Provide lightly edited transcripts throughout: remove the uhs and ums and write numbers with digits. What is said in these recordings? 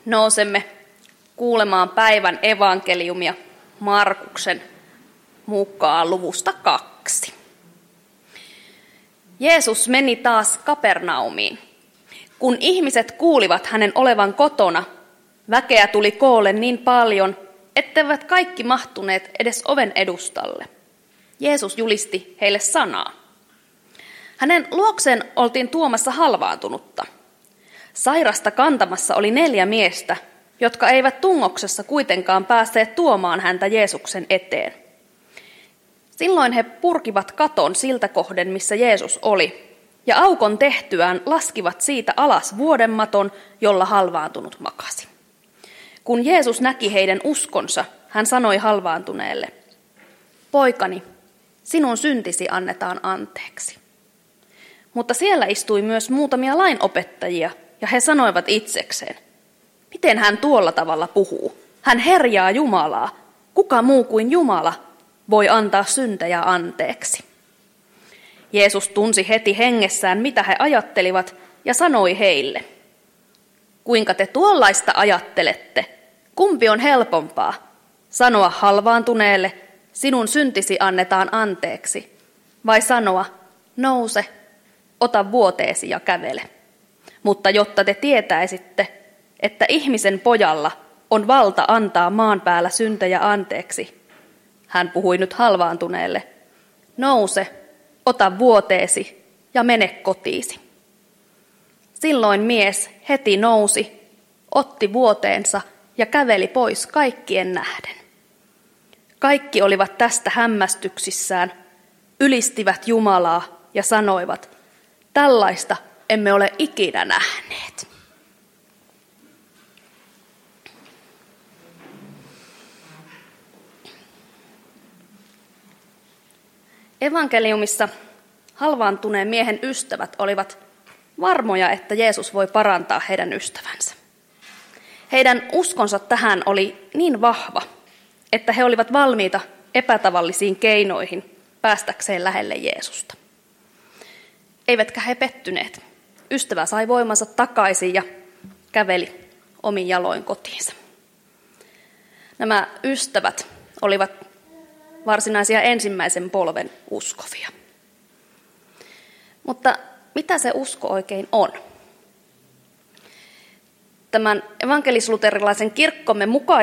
nousemme kuulemaan päivän evankeliumia Markuksen mukaan luvusta 2. Jeesus meni taas Kapernaumiin. Kun ihmiset kuulivat hänen olevan kotona, väkeä tuli koolle niin paljon, etteivät kaikki mahtuneet edes oven edustalle. Jeesus julisti heille sanaa. Hänen luokseen oltiin tuomassa halvaantunutta. Sairasta kantamassa oli 4 miestä, jotka eivät tungoksessa kuitenkaan päässeet tuomaan häntä Jeesuksen eteen. Silloin he purkivat katon siltä kohden, missä Jeesus oli, ja aukon tehtyään laskivat siitä alas vuodenmaton, jolla halvaantunut makasi. Kun Jeesus näki heidän uskonsa, hän sanoi halvaantuneelle, poikani, sinun syntisi annetaan anteeksi. Mutta siellä istui myös muutamia lainopettajia, ja he sanoivat itsekseen, miten hän tuolla tavalla puhuu? Hän herjaa Jumalaa. Kuka muu kuin Jumala voi antaa syntejä anteeksi? Jeesus tunsi heti hengessään, mitä he ajattelivat, ja sanoi heille, kuinka te tuollaista ajattelette? Kumpi on helpompaa? Sanoa halvaantuneelle, sinun syntisi annetaan anteeksi, vai sanoa, nouse, ota vuoteesi ja kävele. Mutta jotta te tietäisitte, että ihmisen pojalla on valta antaa maan päällä syntejä anteeksi, hän puhui nyt halvaantuneelle, nouse, ota vuoteesi ja mene kotiisi. Silloin mies heti nousi, otti vuoteensa ja käveli pois kaikkien nähden. Kaikki olivat tästä hämmästyksissään, ylistivät Jumalaa ja sanoivat, tällaista emme ole ikinä nähneet. Evankeliumissa halvaantuneen miehen ystävät olivat varmoja, että Jeesus voi parantaa heidän ystävänsä. Heidän uskonsa tähän oli niin vahva, että he olivat valmiita epätavallisiin keinoihin päästäkseen lähelle Jeesusta. Eivätkä he pettyneet. Ystävä sai voimansa takaisin ja käveli omin jaloin kotiinsa. Nämä ystävät olivat varsinaisia ensimmäisen polven uskovia. Mutta mitä se usko oikein on? Tämän evankelis-luterilaisen kirkkomme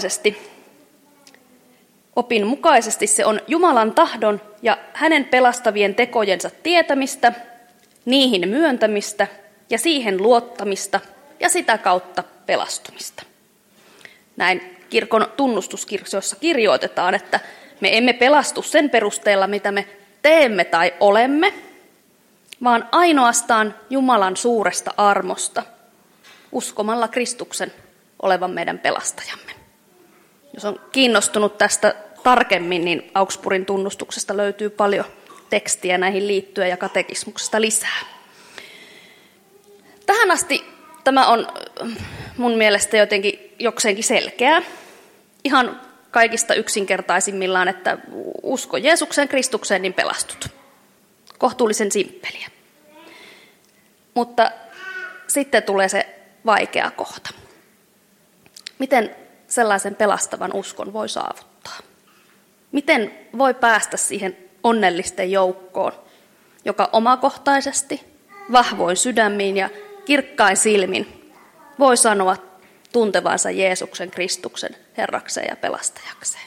opin mukaisesti se on Jumalan tahdon ja hänen pelastavien tekojensa tietämistä, niihin myöntämistä ja siihen luottamista ja sitä kautta pelastumista. Näin kirkon tunnustuskirjoissa kirjoitetaan, että me emme pelastu sen perusteella, mitä me teemme tai olemme, vaan ainoastaan Jumalan suuresta armosta, uskomalla Kristuksen olevan meidän pelastajamme. Jos on kiinnostunut tästä tarkemmin, niin Augsburgin tunnustuksesta löytyy paljon tekstiä näihin liittyen ja katekismuksesta lisää. Tähän asti tämä on mun mielestä jotenkin jokseenkin selkeää. Ihan kaikista yksinkertaisimmillaan, että usko Jeesukseen, Kristukseen, niin pelastut. Kohtuullisen simppeliä. Mutta sitten tulee se vaikea kohta. Miten sellaisen pelastavan uskon voi saavuttaa? Miten voi päästä siihen onnellisten joukkoon, joka omakohtaisesti, vahvoin sydämiin ja kirkkain silmin voi sanoa tuntevansa Jeesuksen Kristuksen Herrakseen ja pelastajakseen?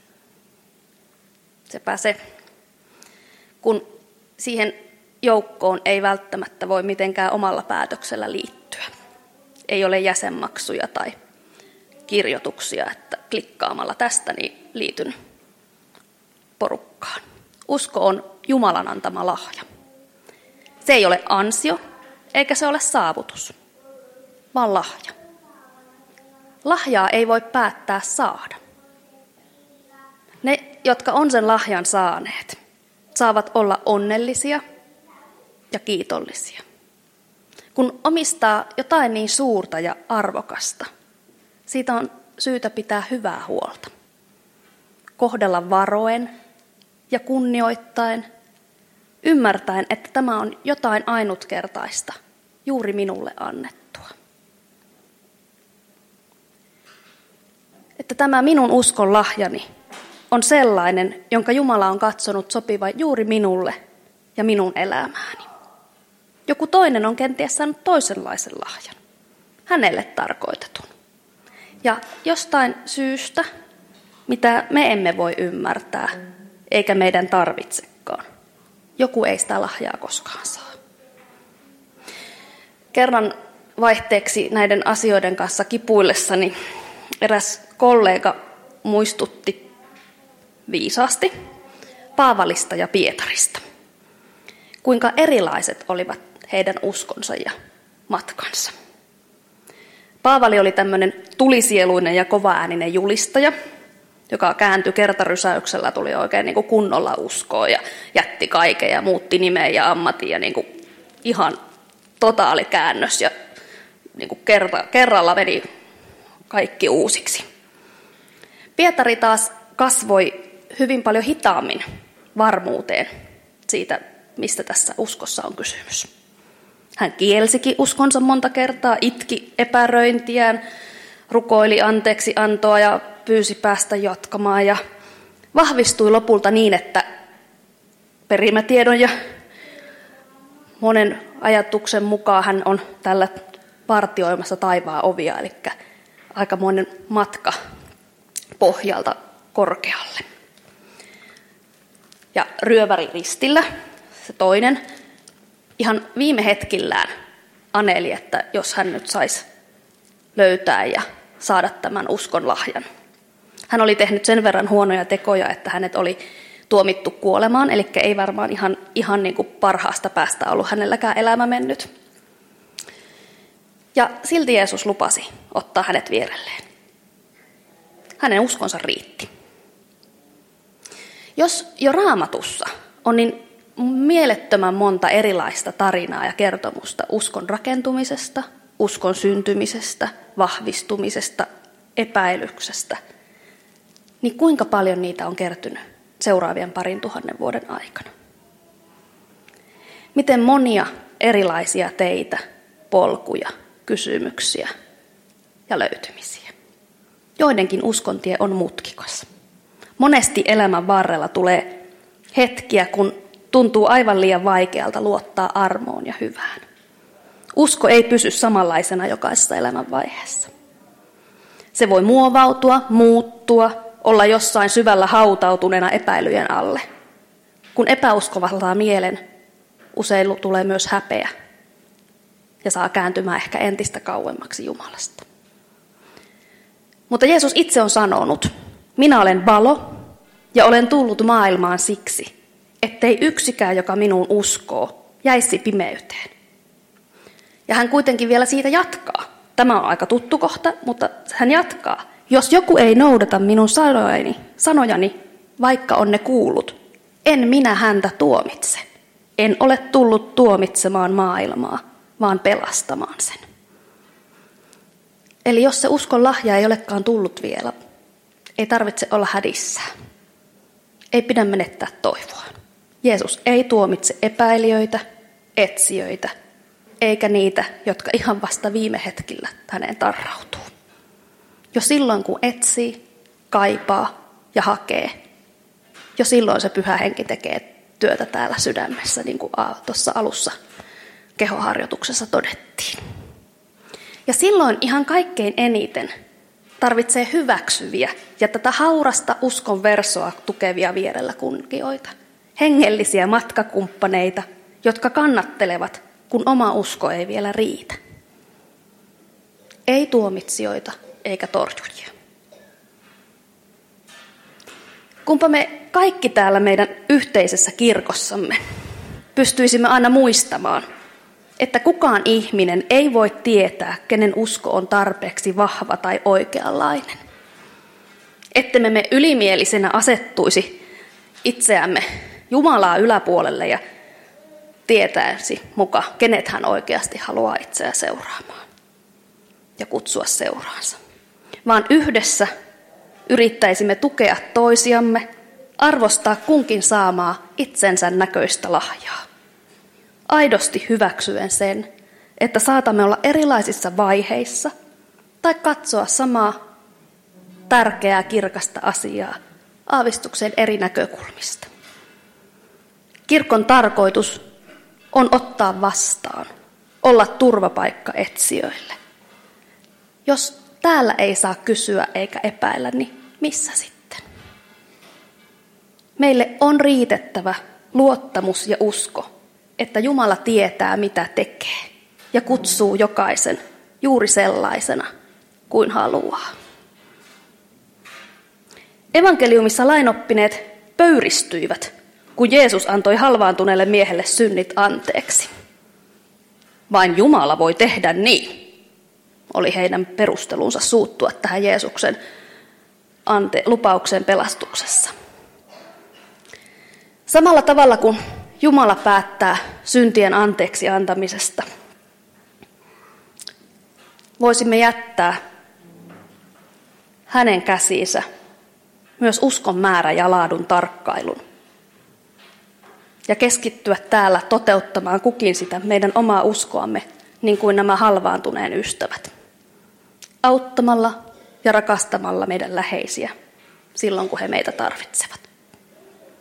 Sepä se, kun siihen joukkoon ei välttämättä voi mitenkään omalla päätöksellä liittyä. Ei ole jäsenmaksuja tai kirjoituksia, että klikkaamalla tästä niin liityn porukkaan. Usko on Jumalan antama lahja. Se ei ole ansio, eikä se ole saavutus, vaan lahja. Lahjaa ei voi päättää saada. Ne, jotka on sen lahjan saaneet, saavat olla onnellisia ja kiitollisia. Kun omistaa jotain niin suurta ja arvokasta, siitä on syytä pitää hyvää huolta. Kohdella varoen ja kunnioittaen, ymmärtäen, että tämä on jotain ainutkertaista, juuri minulle annettua. että tämä minun uskon lahjani on sellainen, jonka Jumala on katsonut sopivan juuri minulle ja minun elämääni. Joku toinen on kenties saanut toisenlaisen lahjan, hänelle tarkoitetun. Ja jostain syystä, mitä me emme voi ymmärtää, eikä meidän tarvitsekaan, joku ei sitä lahjaa koskaan saa. Kerran vaihteeksi näiden asioiden kanssa kipuillessani eräs kollega muistutti viisaasti Paavalista ja Pietarista, kuinka erilaiset olivat heidän uskonsa ja matkansa. Paavali oli tämmöinen tulisieluinen ja kovaääninen julistaja, joka kääntyi kertarysäyksellä, tuli oikein niin kuin kunnolla uskoon ja jätti kaiken ja muutti nimeä ja ammatin ja niin kuin ihan totaali käännös ja niin kuin kerralla meni kaikki uusiksi. Pietari taas kasvoi hyvin paljon hitaammin varmuuteen siitä, mistä tässä uskossa on kysymys. Hän kielsikin uskonsa monta kertaa, itki epäröintiään, rukoili anteeksi antoa ja pyysi päästä jatkamaan ja vahvistui lopulta niin, että perimätiedon ja monen ajatuksen mukaan hän on tällä partioimassa taivaan ovia, eli aikamoinen matka pohjalta korkealle. Ja ryöväri ristillä, se toinen, ihan viime hetkillään aneli, että jos hän nyt saisi löytää ja saada tämän uskon lahjan. Hän oli tehnyt sen verran huonoja tekoja, että hänet oli tuomittu kuolemaan, eli ei varmaan ihan niin kuin parhaasta päästä ollut hänelläkään elämä mennyt. Ja silti Jeesus lupasi ottaa hänet vierelleen. Hänen uskonsa riitti. Jos jo Raamatussa on niin mielettömän monta erilaista tarinaa ja kertomusta uskon rakentumisesta, uskon syntymisestä, vahvistumisesta, epäilyksestä, niin kuinka paljon niitä on kertynyt seuraavien 2000 vuoden aikana? Miten monia erilaisia teitä, polkuja, kysymyksiä ja löytymisiä. Joidenkin uskontie on mutkikas. Monesti elämän varrella tulee hetkiä, kun tuntuu aivan liian vaikealta luottaa armoon ja hyvään. Usko ei pysy samanlaisena jokaisessa elämänvaiheessa. Se voi muovautua, muuttua, olla jossain syvällä hautautuneena epäilyjen alle. Kun epäusko valtaa mielen, usein tulee myös häpeä ja saa kääntymään ehkä entistä kauemmaksi Jumalasta. Mutta Jeesus itse on sanonut, minä olen valo ja olen tullut maailmaan siksi, ettei yksikään, joka minuun uskoo, jäisi pimeyteen. Ja hän kuitenkin vielä siitä jatkaa. Tämä on aika tuttu kohta, mutta hän jatkaa. Jos joku ei noudata minun sanojani, vaikka on ne kuullut, en minä häntä tuomitse. En ole tullut tuomitsemaan maailmaa, vaan pelastamaan sen. Eli jos se uskon lahja ei olekaan tullut vielä, ei tarvitse olla hädissään. Ei pidä menettää toivoa. Jeesus ei tuomitse epäilijöitä, etsijöitä, eikä niitä, jotka ihan vasta viime hetkillä häneen tarrautuu. Jo silloin, kun etsii, kaipaa ja hakee, jo silloin se Pyhä Henki tekee työtä täällä sydämessä, niin kuin tuossa alussa kehoharjoituksessa todettiin. Ja silloin ihan kaikkein eniten tarvitsee hyväksyviä ja tätä haurasta uskon versoa tukevia vierellä kulkijoita, hengellisiä matkakumppaneita, jotka kannattelevat, kun oma usko ei vielä riitä. Ei tuomitsijoita eikä torjujia. Kunpa me kaikki täällä meidän yhteisessä kirkossamme pystyisimme aina muistamaan, että kukaan ihminen ei voi tietää, kenen usko on tarpeeksi vahva tai oikeanlainen. Ettemme me ylimielisenä asettuisi itseämme Jumalaa yläpuolelle ja tietäisi muka, kenet hän oikeasti haluaa itseä seuraamaan ja kutsua seuraansa. Vaan yhdessä yrittäisimme tukea toisiamme, arvostaa kunkin saamaa itsensä näköistä lahjaa. Aidosti hyväksyen sen, että saatamme olla erilaisissa vaiheissa tai katsoa samaa tärkeää kirkasta asiaa aavistuksen eri näkökulmista. Kirkon tarkoitus on ottaa vastaan, olla turvapaikka etsijöille. Jos täällä ei saa kysyä eikä epäillä, niin missä sitten? Meille on riitettävä luottamus ja usko, että Jumala tietää, mitä tekee ja kutsuu jokaisen juuri sellaisena kuin haluaa. Evankeliumissa lainoppineet pöyristyivät, kun Jeesus antoi halvaantuneelle miehelle synnit anteeksi. Vain Jumala voi tehdä niin, oli heidän perustelunsa suuttua tähän Jeesuksen lupaukseen pelastuksessa. Samalla tavalla kuin Jumala päättää syntien anteeksi antamisesta, voisimme jättää hänen käsiinsä myös uskon määrä ja laadun tarkkailun ja keskittyä täällä toteuttamaan kukin sitä meidän omaa uskoamme niin kuin nämä halvaantuneen ystävät, auttamalla ja rakastamalla meidän läheisiä silloin, kun he meitä tarvitsevat.